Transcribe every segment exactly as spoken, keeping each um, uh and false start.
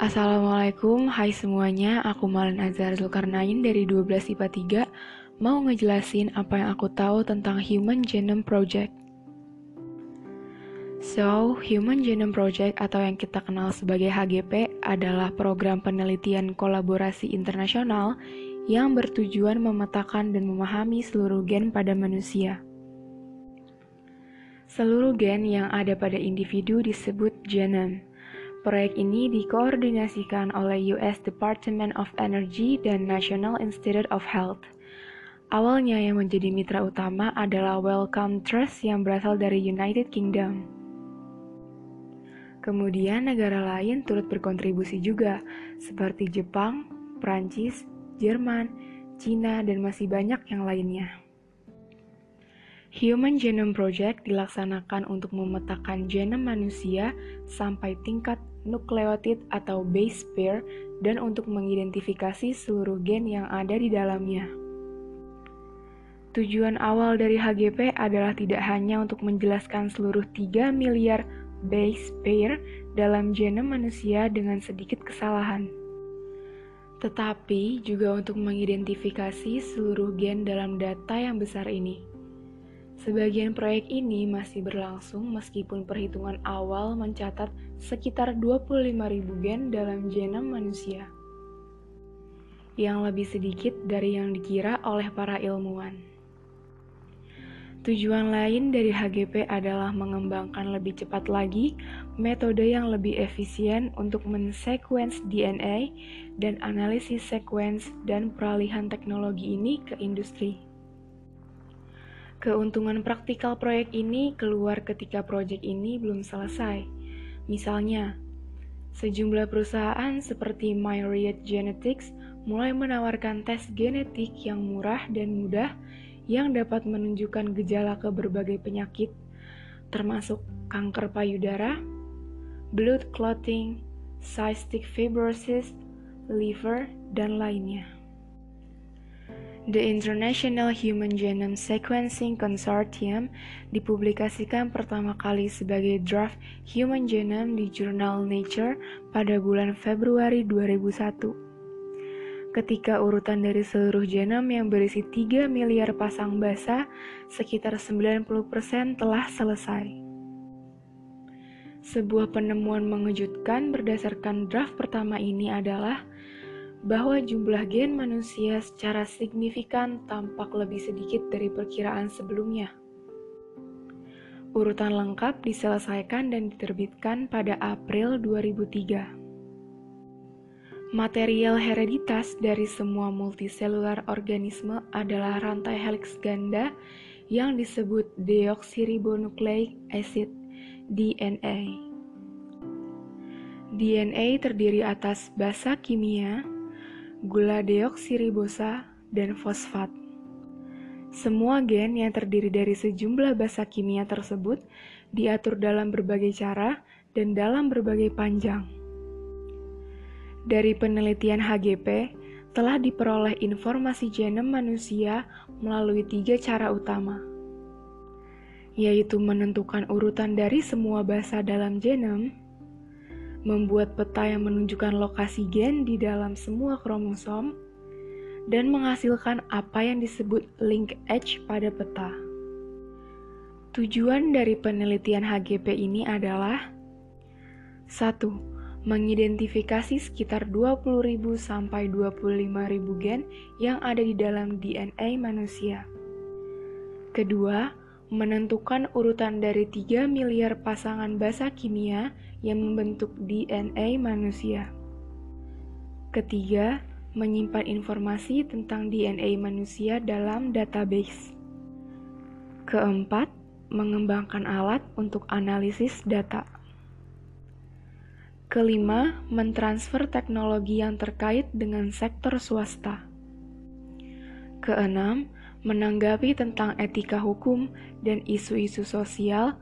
Assalamualaikum, hai semuanya, aku Malin Azhar Zulkarnain dari dua belas I P A tiga, mau ngejelasin apa yang aku tahu tentang Human Genome Project. So, Human Genome Project atau yang kita kenal sebagai H G P adalah program penelitian kolaborasi internasional yang bertujuan memetakan dan memahami seluruh gen pada manusia. Seluruh gen yang ada pada individu disebut genome. Proyek ini dikoordinasikan oleh U S Department of Energy dan National Institute of Health. Awalnya yang menjadi mitra utama adalah Wellcome Trust yang berasal dari United Kingdom. Kemudian negara lain turut berkontribusi juga, seperti Jepang, Prancis, Jerman, Cina, dan masih banyak yang lainnya. Human Genome Project dilaksanakan untuk memetakan genom manusia sampai tingkat nukleotid atau base pair dan untuk mengidentifikasi seluruh gen yang ada di dalamnya. Tujuan awal dari H G P adalah tidak hanya untuk menjelaskan seluruh tiga miliar base pair dalam genom manusia dengan sedikit kesalahan, tetapi juga untuk mengidentifikasi seluruh gen dalam data yang besar ini. Sebagian proyek ini masih berlangsung meskipun perhitungan awal mencatat sekitar dua puluh lima ribu gen dalam genom manusia, yang lebih sedikit dari yang dikira oleh para ilmuwan. Tujuan lain dari H G P adalah mengembangkan lebih cepat lagi metode yang lebih efisien untuk men-sequence D N A dan analisis sequence dan peralihan teknologi ini ke industri. Keuntungan praktikal proyek ini keluar ketika proyek ini belum selesai. Misalnya, sejumlah perusahaan seperti Myriad Genetics mulai menawarkan tes genetik yang murah dan mudah yang dapat menunjukkan gejala ke berbagai penyakit, termasuk kanker payudara, blood clotting, cystic fibrosis, liver, dan lainnya. The International Human Genome Sequencing Consortium dipublikasikan pertama kali sebagai draft Human Genome di jurnal Nature pada bulan Februari dua ribu satu. Ketika urutan dari seluruh genom yang berisi tiga miliar pasang basa, sekitar sembilan puluh persen telah selesai. Sebuah penemuan mengejutkan berdasarkan draft pertama ini adalah bahwa jumlah gen manusia secara signifikan tampak lebih sedikit dari perkiraan sebelumnya. Urutan lengkap diselesaikan dan diterbitkan pada April dua ribu tiga. Material hereditas dari semua multiselular organisme adalah rantai heliks ganda yang disebut deoksiribonucleic acid, D N A. D N A terdiri atas basa kimia, gula deoksiribosa, dan fosfat. Semua gen yang terdiri dari sejumlah basa kimia tersebut diatur dalam berbagai cara dan dalam berbagai panjang. Dari penelitian H G P, telah diperoleh informasi genom manusia melalui tiga cara utama, yaitu menentukan urutan dari semua basa dalam genom, membuat peta yang menunjukkan lokasi gen di dalam semua kromosom, dan menghasilkan apa yang disebut linkage pada peta. Tujuan dari penelitian H G P ini adalah satu. Mengidentifikasi sekitar dua puluh ribu sampai dua puluh lima ribu gen yang ada di dalam D N A manusia. Kedua, menentukan urutan dari tiga miliar pasangan basa kimia yang membentuk D N A manusia. Ketiga, menyimpan informasi tentang D N A manusia dalam database. Keempat, mengembangkan alat untuk analisis data. Kelima, mentransfer teknologi yang terkait dengan sektor swasta. Keenam, menanggapi tentang etika hukum dan isu-isu sosial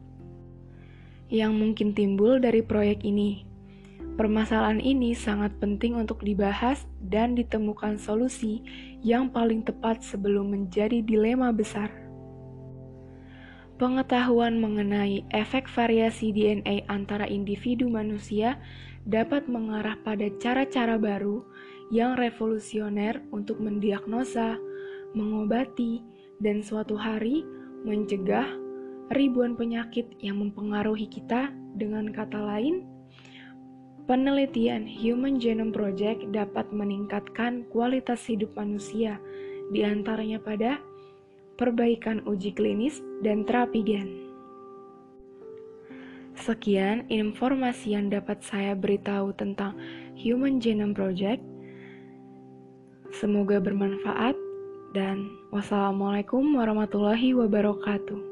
yang mungkin timbul dari proyek ini. Permasalahan ini sangat penting untuk dibahas dan ditemukan solusi yang paling tepat sebelum menjadi dilema besar. Pengetahuan mengenai efek variasi D N A antara individu manusia dapat mengarah pada cara-cara baru yang revolusioner untuk mendiagnosa, mengobati, dan suatu hari mencegah ribuan penyakit yang mempengaruhi kita. Dengan kata lain, penelitian Human Genome Project dapat meningkatkan kualitas hidup manusia, di antaranya pada perbaikan uji klinis dan terapi gen. Sekian informasi yang dapat saya beritahu tentang Human Genome Project. Semoga bermanfaat dan wassalamualaikum warahmatullahi wabarakatuh.